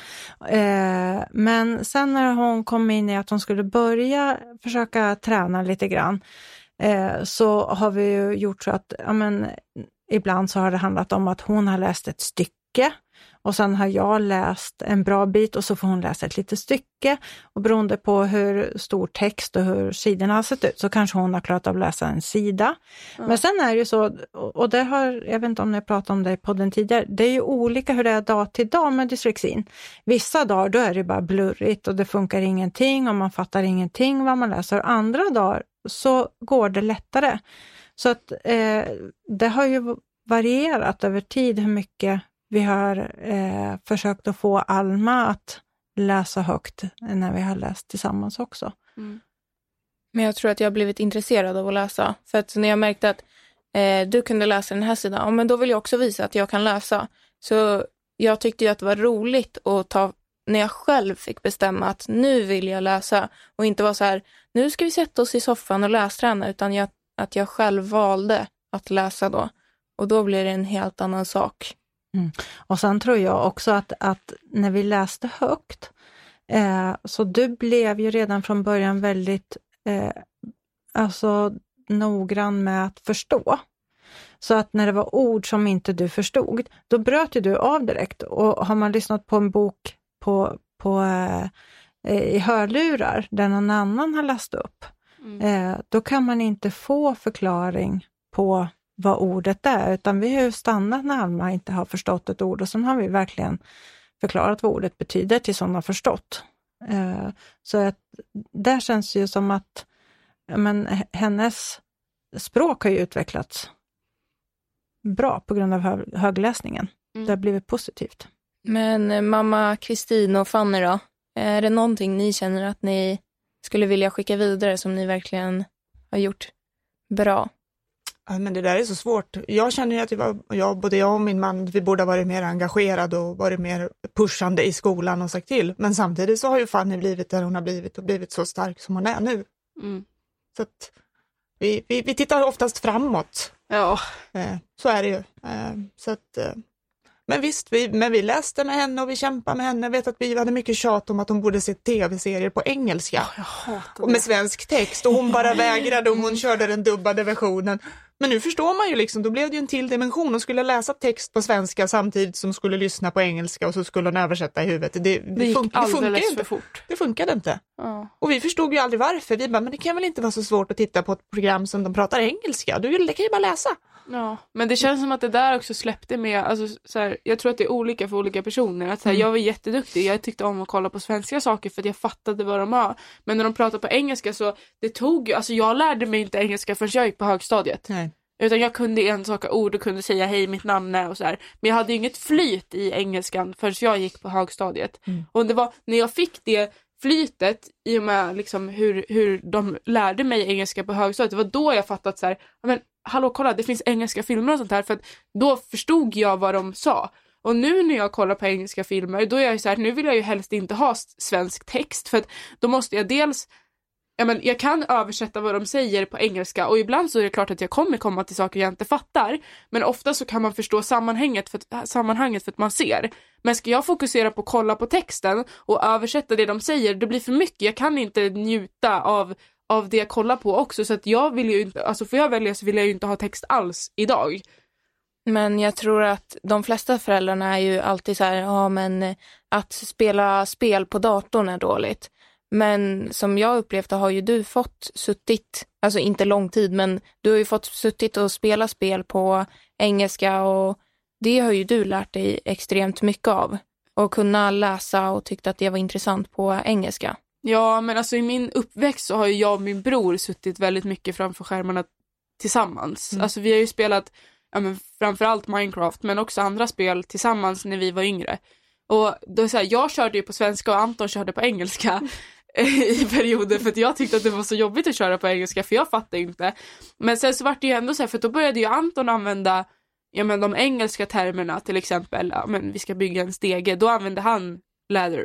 Eh, men sen när hon kom in i att hon skulle börja försöka träna lite grann, eh, så har vi ju gjort så att ja, men, ibland så har det handlat om att hon har läst ett stycke. Och sen har jag läst en bra bit och så får hon läsa ett litet stycke. Och beroende på hur stor text och hur sidorna har sett ut så kanske hon har klarat av att läsa en sida. Mm. Men sen är det ju så, och det har, jag vet inte om jag pratade om det på den tidigare, det är ju olika hur det är dag till dag med dyslexin. Vissa dagar då är det bara blurrigt och det funkar ingenting och man fattar ingenting vad man läser. Andra dagar så går det lättare. Så att eh, det har ju varierat över tid hur mycket vi har eh, försökt att få Alma att läsa högt när vi har läst tillsammans också. Mm. Men jag tror att jag har blivit intresserad av att läsa. För att när jag märkte att eh, du kunde läsa den här sidan, ja, men då vill jag också visa att jag kan läsa. Så jag tyckte ju att det var roligt att ta, när jag själv fick bestämma att nu vill jag läsa. Och inte vara så här, nu ska vi sätta oss i soffan och lästräna. Utan jag, att jag själv valde att läsa då. Och då blir det en helt annan sak. Mm. Och sen tror jag också att, att när vi läste högt eh, så du blev ju redan från början väldigt eh, alltså noggrann med att förstå. Så att när det var ord som inte du förstod, då bröt ju du av direkt. Och har man lyssnat på en bok på, på, eh, i hörlurar där någon annan har läst upp, mm. eh, då kan man inte få förklaring på vad ordet är, utan vi har ju stannat när Alma inte har förstått ett ord och sen har vi verkligen förklarat vad ordet betyder tills hon har förstått. Eh, så att där känns det ju som att men, hennes språk har ju utvecklats bra på grund av hö- högläsningen. Mm. Det har blivit positivt. Men mamma Kristin och Fanny då, är det någonting ni känner att ni skulle vilja skicka vidare som ni verkligen har gjort bra? Ja, men det där är så svårt. Jag känner ju att jag, jag, både jag och min man, vi borde ha varit mer engagerade och varit mer pushande i skolan och sagt till. Men samtidigt så har ju Fanny blivit där hon har blivit och blivit så stark som hon är nu. Mm. Så att vi, vi, vi tittar oftast framåt. Ja. Eh, så är det ju. Eh, så att, eh, men visst, vi, men vi läste med henne och vi kämpade med henne. Jag vet att vi hade mycket tjat om att hon borde se tv-serier på engelska. Oh, och med svensk text. Och hon bara vägrade och hon körde den dubbade versionen. Men nu förstår man ju liksom, då blev det ju en till dimension. Hon skulle läsa text på svenska samtidigt som skulle lyssna på engelska och så skulle hon översätta i huvudet. Det, det, det gick fun- det funkar inte. för fort. Det funkade inte. Ja. Och vi förstod ju aldrig varför. Vi bara, men det kan väl inte vara så svårt att titta på ett program som de pratar engelska. Du det kan ju bara läsa. Ja, men det känns som att det där också släppte med, alltså, så här, jag tror att det är olika för olika personer. Att, så här, mm. Jag var jätteduktig, jag tyckte om att kolla på svenska saker för att jag fattade vad de var. Men när de pratade på engelska så, det tog ju, alltså jag lärde mig inte engelska förrän jag gick på högstadiet. Nej. Utan jag kunde enstaka ord och kunde säga hej, mitt namn är och så här. Men jag hade ju inget flyt i engelskan förrän jag gick på högstadiet. Mm. Och det var när jag fick det flytet i och med liksom hur, hur de lärde mig engelska på högstadiet. Det var då jag fattat så här, men hallå kolla, det finns engelska filmer och sånt här. För att då förstod jag vad de sa. Och nu när jag kollar på engelska filmer, då är jag ju så här, nu vill jag ju helst inte ha svensk text, för att då måste jag dels, ja men jag kan översätta vad de säger på engelska, och ibland så är det klart att jag kommer komma till saker jag inte fattar, men ofta så kan man förstå sammanhanget för att, sammanhanget för att man ser. Men ska jag fokusera på att kolla på texten och översätta det de säger, det blir för mycket. Jag kan inte njuta av, av det jag kollar på också, så att jag vill ju inte, alltså får jag välja så vill jag ju inte ha text alls idag. Men jag tror att de flesta föräldrarna är ju alltid så här, ja men att spela spel på datorn är dåligt. Men som jag upplevt har ju du fått suttit, alltså inte lång tid, men du har ju fått suttit och spela spel på engelska, och det har ju du lärt dig extremt mycket av. Och kunna läsa och tyckt att det var intressant på engelska. Ja, men alltså i min uppväxt så har ju jag och min bror suttit väldigt mycket framför skärmarna tillsammans. Mm. Alltså vi har ju spelat, ja men framförallt Minecraft, men också andra spel tillsammans när vi var yngre. Och då så här, jag körde ju på svenska och Anton körde på engelska i perioder, för att jag tyckte att det var så jobbigt att köra på engelska, för jag fattade inte. Men sen så var det ju ändå så här, för då började ju Anton använda, ja men de engelska termerna, till exempel, ja men vi ska bygga en stege, då använde han ladder.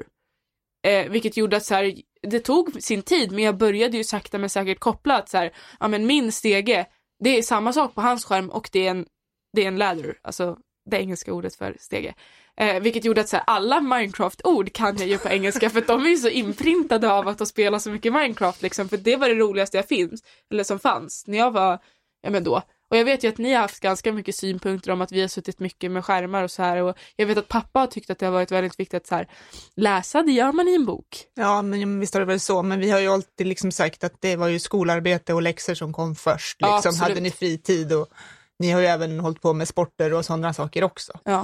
Eh, vilket gjorde att så här, det tog sin tid, men jag började ju sakta men säkert koppla att så här, ja men min stege, det är samma sak på hans skärm, och det är en, det är en ladder, alltså det engelska ordet för stege. Eh, vilket gjorde att så här, alla Minecraft-ord kan jag ju på engelska, för att de är ju så inprintade av att spela så mycket Minecraft liksom, för det var det roligaste jag finns, eller som fanns när jag var, ja men då. Och jag vet ju att ni har haft ganska mycket synpunkter om att vi har suttit mycket med skärmar och så här, och jag vet att pappa har tyckt att det har varit väldigt viktigt att så här, läsa, det gör man i en bok. Ja, men visst har det väl så, men vi har ju alltid liksom sagt att det var ju skolarbete och läxor som kom först, liksom. Ja, hade ni fri tid, och ni har ju även hållit på med sporter och sådana saker också. Ja.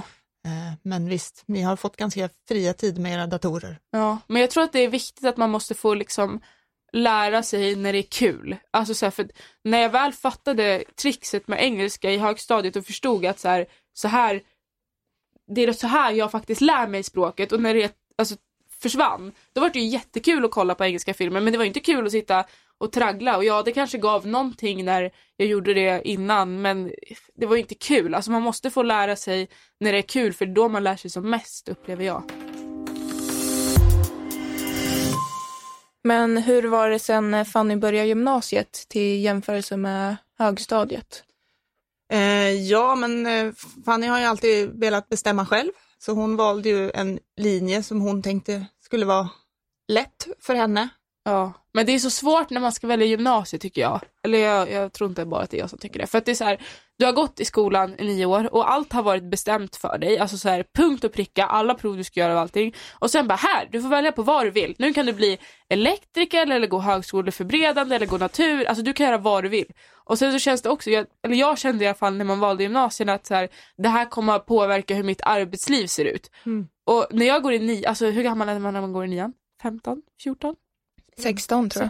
Men visst, ni har fått ganska fria tid med era datorer. Ja, men jag tror att det är viktigt att man måste få liksom lära sig när det är kul. Alltså så här, för när jag väl fattade trickset med engelska i högstadiet och förstod att så här, så här det är så här jag faktiskt lär mig språket, och när det alltså försvann, då var det ju jättekul att kolla på engelska filmer, men det var inte kul att sitta och traggla, och ja, det kanske gav någonting när jag gjorde det innan, men det var ju inte kul. Alltså man måste få lära sig när det är kul, för då man lär sig som mest, upplever jag. Men hur var det sen Fanny började gymnasiet till jämförelse med högstadiet? Eh, ja, men eh, Fanny har ju alltid velat bestämma själv, så hon valde ju en linje som hon tänkte skulle vara lätt för henne. Ja, men det är så svårt när man ska välja gymnasiet, tycker jag. Eller jag, jag tror inte bara att det är jag som tycker det. För att det är så här, du har gått i skolan i nio år och allt har varit bestämt för dig. Alltså så här, punkt och pricka, alla prov du ska göra och allting. Och sen bara här, du får välja på vad du vill. Nu kan du bli elektriker eller gå högskoleförberedande eller gå natur. Alltså du kan göra vad du vill. Och sen så känns det också, jag, eller jag kände i alla fall när man valde gymnasiet att så här, det här kommer att påverka hur mitt arbetsliv ser ut. Mm. Och när jag går i nio, alltså hur gammal är man när man går i nian? femton, fjorton? sexton tror jag.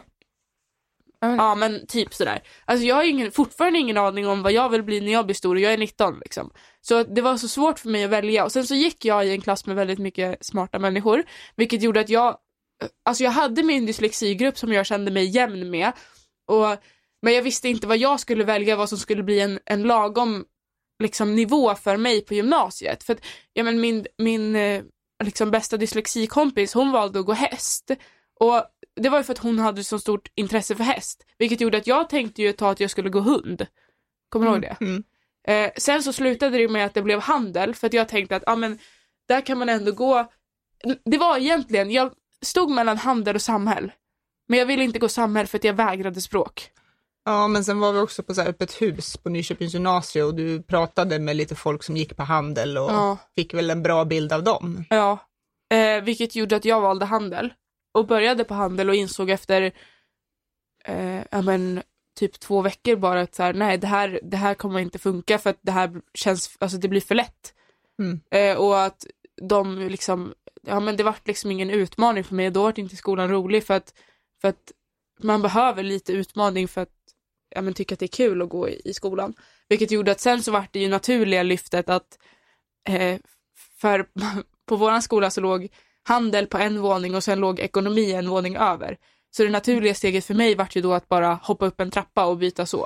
Mm. Ja, men typ sådär. Alltså jag har ingen, fortfarande ingen aning om vad jag vill bli när jag blir stor, och jag är nitton liksom. Så det var så svårt för mig att välja. Och sen så gick jag i en klass med väldigt mycket smarta människor, vilket gjorde att jag, alltså jag hade min dyslexigrupp som jag kände mig jämn med. Och, men jag visste inte vad jag skulle välja, vad som skulle bli en, en lagom liksom, nivå för mig på gymnasiet. För att, ja men min, min liksom bästa dyslexikompis, hon valde att gå häst. Och det var ju för att hon hade så stort intresse för häst. Vilket gjorde att jag tänkte ju ta att jag skulle gå hund. Kommer du mm. ihåg det? Mm. Eh, sen så slutade det med att det blev handel. För att jag tänkte att ah, men, där kan man ändå gå. Det var egentligen, jag stod mellan handel och samhäll. Men jag ville inte gå samhäll för att jag vägrade språk. Ja, men sen var vi också på så här öppet hus på Nyköpings gymnasium. Och du pratade med lite folk som gick på handel. Och ja. Fick väl en bra bild av dem. Ja, eh, vilket gjorde att jag valde handel. Och började på handel och insåg efter eh, ja, men, typ två veckor bara att så här, nej, det här, det här kommer inte funka för att det här känns, alltså det blir för lätt. Mm. Eh, och att de liksom, ja men det var liksom ingen utmaning för mig. Då var inte skolan rolig för att, för att man behöver lite utmaning för att ja, men, tycka att det är kul att gå i, i skolan. Vilket gjorde att sen så var det ju naturliga lyftet att eh, för på våran skola så låg handel på en våning och sen låg ekonomi en våning över. Så det naturliga steget för mig var ju då att bara hoppa upp en trappa och byta så.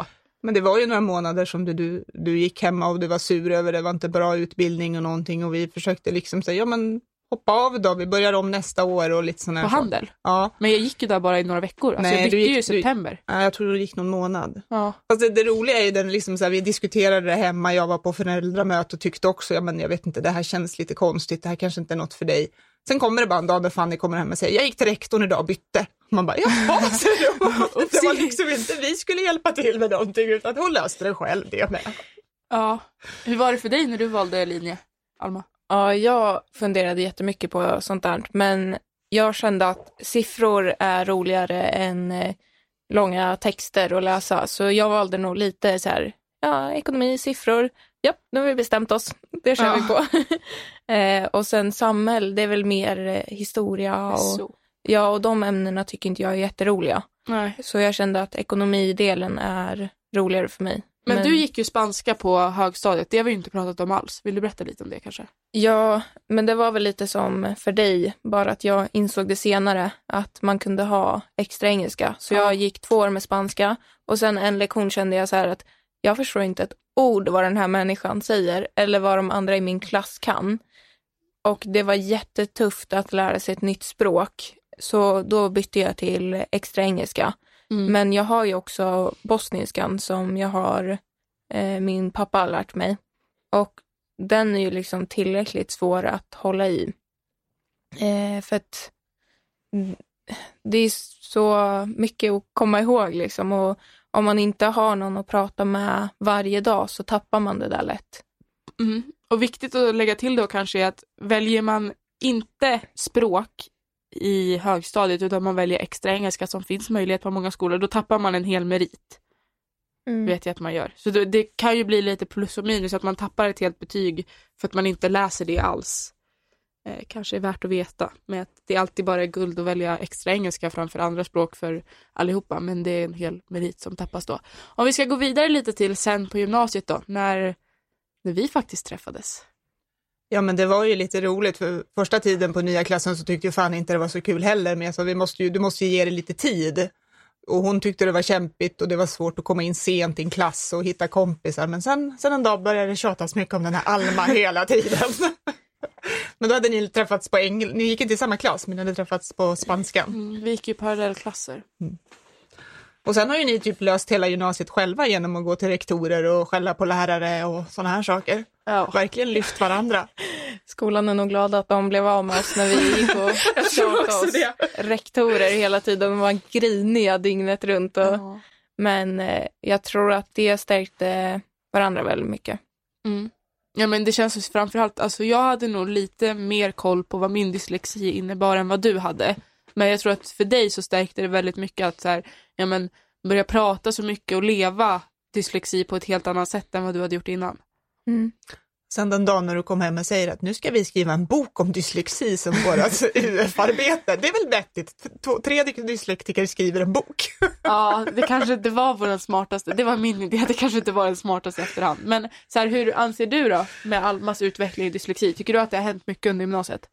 men det var ju några månader som du, du, du gick hemma och du var sur över det var inte bra utbildning och någonting och vi försökte liksom säga, ja men hoppa av då, vi börjar om nästa år och lite sådana här. På handel? Ja. Men jag gick ju där bara i några veckor. Alltså Nej, jag bytte gick, ju i september. Du, ja, jag tror det gick någon månad. Ja. Fast det, det roliga är ju den liksom så här, vi diskuterade det hemma, jag var på föräldramöte och tyckte också, ja men jag vet inte, det här känns lite konstigt, det här kanske inte är något för dig. Sen kommer det bara en dag där Fanny kommer hem och säger, jag gick till rektorn idag och bytte. Man bara, jaha, så det, var, det var liksom inte vi skulle hjälpa till med någonting utan hon löste det själv det med. Ja. Hur var det för dig när du valde linje, Alma? Ja, jag funderade jättemycket på sånt där, men jag kände att siffror är roligare än eh, långa texter att läsa, så jag valde nog lite så här, ja, ekonomi, siffror, ja, nu har vi bestämt oss, det kör Ja. vi på. eh, och sen samhäll, det är väl mer eh, historia och, Så. ja, och de ämnena tycker inte jag är jätteroliga, Nej. så jag kände att ekonomidelen är roligare för mig. Men, du gick ju spanska på högstadiet, det har vi ju inte pratat om alls. Vill du berätta lite om det kanske? Ja, men det var väl lite som för dig, bara att jag insåg det senare att man kunde ha extra engelska. Så Ja. jag gick två år med spanska och sen en lektion kände jag så här att jag förstår inte ett ord vad den här människan säger eller vad de andra i min klass kan. Och det var jättetufft att lära sig ett nytt språk, så då bytte jag till extra engelska. Mm. Men jag har ju också bosniskan som jag har eh, min pappa lärt mig. Och den är ju liksom tillräckligt svår att hålla i. Eh, för att det är så mycket att komma ihåg liksom. Och om man inte har någon att prata med varje dag så tappar man det där lätt. Mm. Och viktigt att lägga till då kanske är att väljer man inte språk i högstadiet utan man väljer extra engelska som finns möjlighet på många skolor, då tappar man en hel merit. Mm. Vet jag att man gör. Så det, det kan ju bli lite plus och minus att man tappar ett helt betyg för att man inte läser det alls. Eh, kanske är värt att veta med att det alltid bara är guld att välja extra engelska framför andra språk för allihopa, men det är en hel merit som tappas då. Om vi ska gå vidare lite till sen på gymnasiet då, när, när vi faktiskt träffades. Ja men det var ju lite roligt för första tiden på nya klassen så tyckte ju fan inte det var så kul heller, men jag sa vi måste ju, du måste ju ge det lite tid. Och hon tyckte det var kämpigt och det var svårt att komma in sent i en klass och hitta kompisar, men sen, sen en dag började det tjatas mycket om den här Alma hela tiden. Men då hade ni träffats på engelska, ni gick inte i samma klass men ni hade träffats på spanskan. Mm, vi gick ju parallellklasser. Mm. Och sen har ju ni typ löst hela gymnasiet själva genom att gå till rektorer och skälla på lärare och sådana här saker. Ja. Verkligen lyft varandra. Skolan är nog glada att de blev av med oss när vi gick och tjatade oss. det. Rektorer hela tiden, de var griniga dygnet runt. Och, Ja. Men eh, jag tror att det stärkte varandra väldigt mycket. Mm. Ja men det känns ju framförallt, alltså jag hade nog lite mer koll på vad min dyslexi innebar än vad du hade. Men jag tror att för dig så stärkte det väldigt mycket att så här, ja men börja prata så mycket och leva dyslexi på ett helt annat sätt än vad du hade gjort innan. Mm. Sen den dagen när du kom hem och säger att nu ska vi skriva en bok om dyslexi som vårat U F-arbete. Det är väl vettigt. Två, tre dyslektiker skriver en bok. Ja, det kanske inte var vår smartaste. Det var min idé. Det kanske inte var den smartaste efterhand. Men så här, hur anser du då med Almas utveckling i dyslexi? Tycker du att det har hänt mycket under gymnasiet?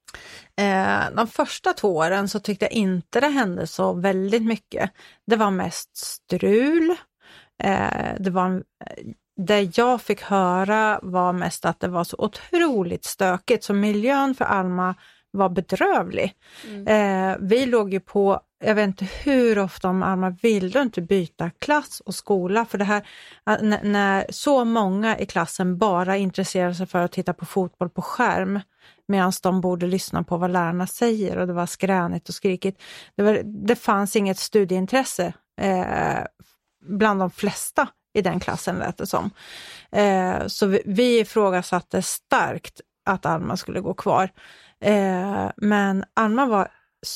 Eh, de första två åren så tyckte jag inte det hände så väldigt mycket. Det var mest strul. Eh, det var, det jag fick höra var mest att det var så otroligt stökigt. Så miljön för Alma var bedrövlig. Mm. Eh, vi låg ju på, jag vet inte hur ofta om Alma ville inte byta klass och skola. För det här, när, när så många i klassen bara intresserade sig för att titta på fotboll på skärm. Medan de borde lyssna på vad lärarna säger och det var skränigt och skrikigt. Det, var, det fanns inget studieintresse eh, bland de flesta i den klassen lät det som. Eh, så vi, vi ifrågasatte starkt att Alma skulle gå kvar. Eh, men Alma var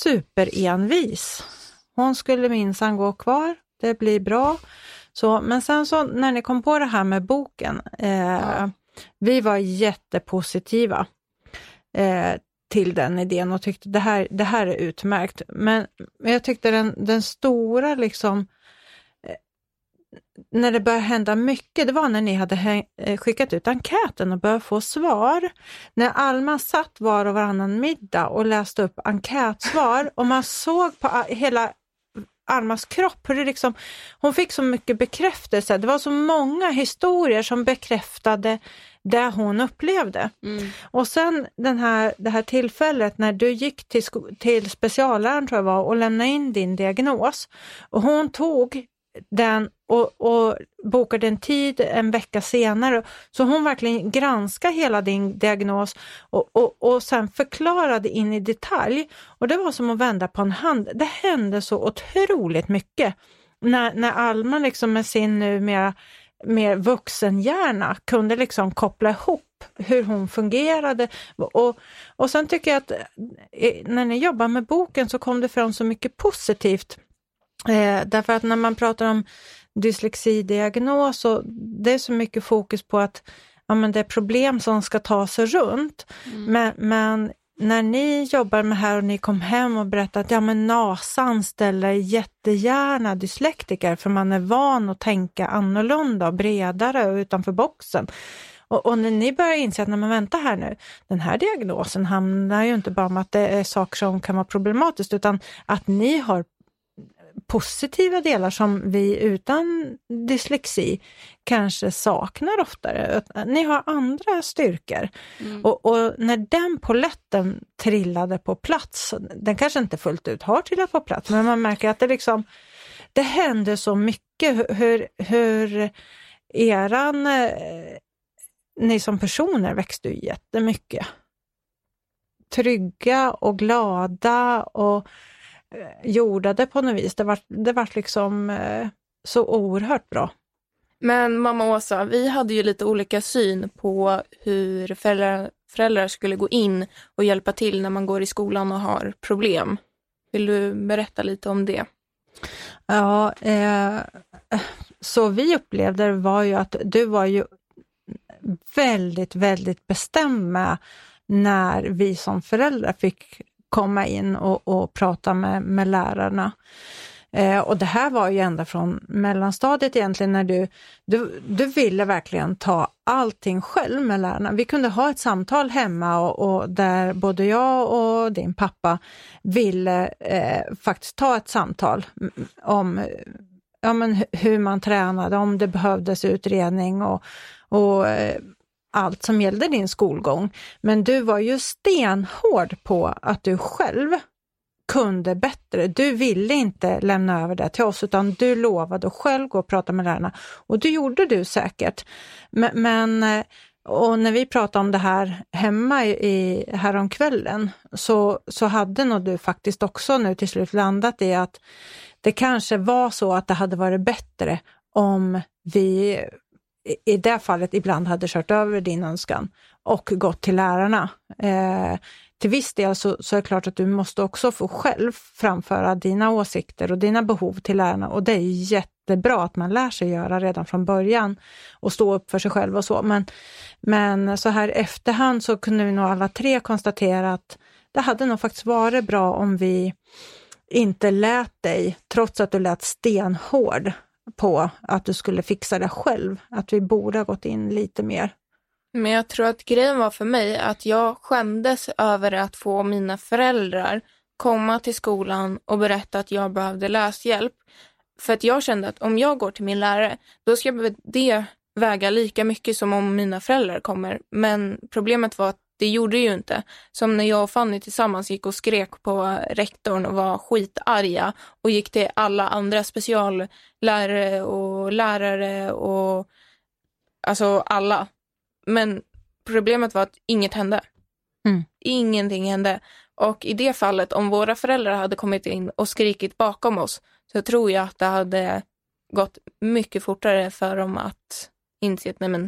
superenvis. Hon skulle minsann gå kvar, det blir bra. Så, men sen så när ni kom på det här med boken, eh, ja. vi var jättepositiva. Eh, till den idén och tyckte det här, det här är utmärkt. Men, men jag tyckte den, den stora liksom eh, när det började hända mycket, det var när ni hade häng, eh, skickat ut enkäten och började få svar. När Alma satt var och varannan middag och läste upp enkätsvar och man såg på hela Almas kropp, hur det liksom, hon fick så mycket bekräftelse. Det var så många historier som bekräftade det hon upplevde. Mm. Och sen den här, det här tillfället när du gick till, sko- till specialläraren tror jag var, och lämnade in din diagnos. Och hon tog den och, och bokade en tid en vecka senare. Så hon verkligen granskade hela din diagnos och, och, och sen förklarade in i detalj. Och det var som att vända på en hand. Det hände så otroligt mycket. När, när Alma liksom med sin nu mer, mer vuxenhjärna kunde liksom koppla ihop hur hon fungerade. Och, och sen tycker jag att när ni jobbar med boken så kom det fram så mycket positivt. Eh, därför att när man pratar om dyslexidiagnos så det är så mycket fokus på att ja, men det är problem som ska ta sig runt. Mm. Men, men när ni jobbar med här och ni kom hem och berättade att ja, men NASA anställer jättegärna dyslektiker för man är van att tänka annorlunda och bredare och utanför boxen. Och, och när ni börjar inse att när man väntar här nu, den här diagnosen handlar ju inte bara om att det är saker som kan vara problematiskt utan att ni har positiva delar som vi utan dyslexi kanske saknar oftare. Ni har andra styrkor. Mm. Och, och när den poletten trillade på plats, den kanske inte fullt ut har trillat på plats, men man märker att det liksom, det händer så mycket hur, hur eran, ni som personer växte ju jättemycket. Trygga och glada och jordade på något vis. Det var, det var liksom eh, så oerhört bra. Men mamma Åsa, vi hade ju lite olika syn på hur föräldrar, föräldrar skulle gå in och hjälpa till när man går i skolan och har problem. Vill du berätta lite om det? Ja, eh, så vi upplevde det var ju att du var ju väldigt, väldigt bestämd med när vi som föräldrar fick komma in och, och prata med, med lärarna. Eh, och det här var ju ända från mellanstadiet egentligen när du, du, du ville verkligen ta allting själv med lärarna. Vi kunde ha ett samtal hemma och, och där både jag och din pappa ville eh, faktiskt ta ett samtal om ja, men hur man tränade, om det behövdes utredning och, och eh, allt som gällde din skolgång. Men du var ju stenhård på att du själv kunde bättre. Du ville inte lämna över det till oss utan du lovade att själv gå och prata med lärarna. Och det gjorde du säkert. Men, men och när vi pratade om det här hemma i, häromkvällen så, så hade nog du faktiskt också nu till slut landat i att det kanske var så att det hade varit bättre om vi i det fallet ibland hade kört över din önskan och gått till lärarna. Eh, till viss del så, så är det klart att du måste också få själv framföra dina åsikter och dina behov till lärarna och det är jättebra att man lär sig göra redan från början och stå upp för sig själv och så. Men, men så här efterhand så kunde vi nog alla tre konstatera att det hade nog faktiskt varit bra om vi inte lät dig, trots att du lät stenhård på att du skulle fixa det själv. Att vi borde ha gått in lite mer. Men jag tror att grejen var för mig att jag skämdes över att få mina föräldrar komma till skolan och berätta att jag behövde läshjälp. För att jag kände att om jag går till min lärare, då ska det väga lika mycket som om mina föräldrar kommer. Men problemet var att det gjorde ju inte. Som när jag och Fanny tillsammans gick och skrek på rektorn och var skitarga och gick till alla andra speciallärare och lärare och alltså alla. Men problemet var att inget hände. Mm. Ingenting hände. Och i det fallet, om våra föräldrar hade kommit in och skrikit bakom oss så tror jag att det hade gått mycket fortare för dem att inse att nej men...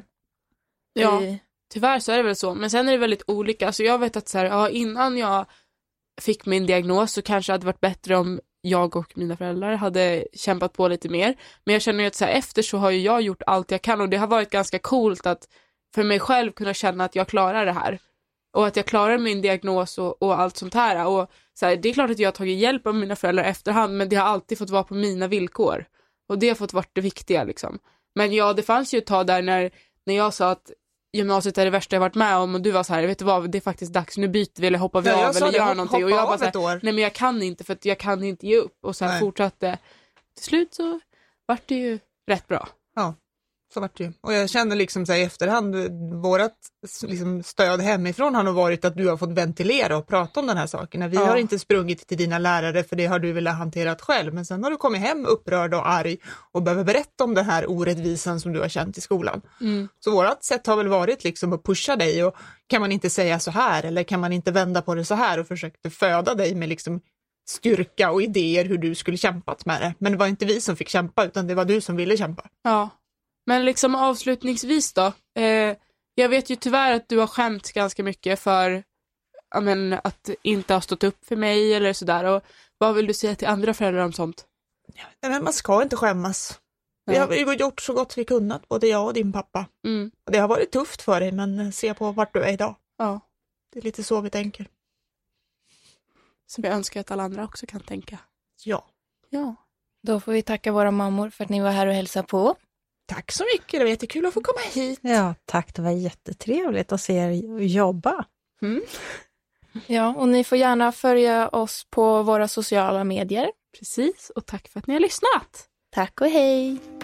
Ja. Vi... Tyvärr så är det väl så, men sen är det väldigt olika. Alltså jag vet att så här, ja, innan jag fick min diagnos så kanske det hade varit bättre om jag och mina föräldrar hade kämpat på lite mer. Men jag känner ju att så här, efter så har ju jag gjort allt jag kan och det har varit ganska coolt att för mig själv kunna känna att jag klarar det här. Och att jag klarar min diagnos och, och allt sånt här. Och så här, det är klart att jag har tagit hjälp av mina föräldrar efterhand men det har alltid fått vara på mina villkor. Och det har fått vara det viktiga liksom. Men ja, det fanns ju ett tag där när, när jag sa att gymnasiet är det värsta jag varit med om och du var så här, vet du vad, det är faktiskt dags, nu byter vi eller hoppar vi Ja, av eller det, gör hoppa någonting och jag bara av så ett år. här, nej men jag kan inte för att jag kan inte ge upp och så här Nej. fortsatte. Till slut så vart det ju rätt bra. Ja, så vart det ju. Och jag känner liksom så här i efterhand, vårat liksom stöd hemifrån har nog varit att du har fått ventilera och prata om den här saken. Vi Ja. har inte sprungit till dina lärare för det har du velat hanterat själv. Men sen har du kommit hem upprörd och arg och behöver berätta om den här orättvisan som du har känt i skolan. Mm. Så vårat sätt har väl varit liksom att pusha dig och kan man inte säga så här eller kan man inte vända på det så här och försökte föda dig med liksom styrka och idéer hur du skulle kämpat med det. Men det var inte vi som fick kämpa utan det var du som ville kämpa. Ja, men liksom avslutningsvis då. Eh, jag vet ju tyvärr att du har skämt ganska mycket för ja, men, att inte ha stått upp för mig eller sådär. Och vad vill du säga till andra föräldrar om sånt? Nej, men man ska inte skämmas. Vi har ju gjort så gott vi kunnat, både jag och din pappa. Mm. Och det har varit tufft för dig, men se på vart du är idag. Ja, Det är lite så vi tänker. som jag önskar att alla andra också kan tänka. Ja. Ja. Då får vi tacka våra mammor för att ni var här och hälsade på. Tack så mycket, det var jättekul att få komma hit. Ja, tack. Det var jättetrevligt att se er jobba. Mm. Ja, och ni får gärna följa oss på våra sociala medier. Precis, och tack för att ni har lyssnat. Tack och hej!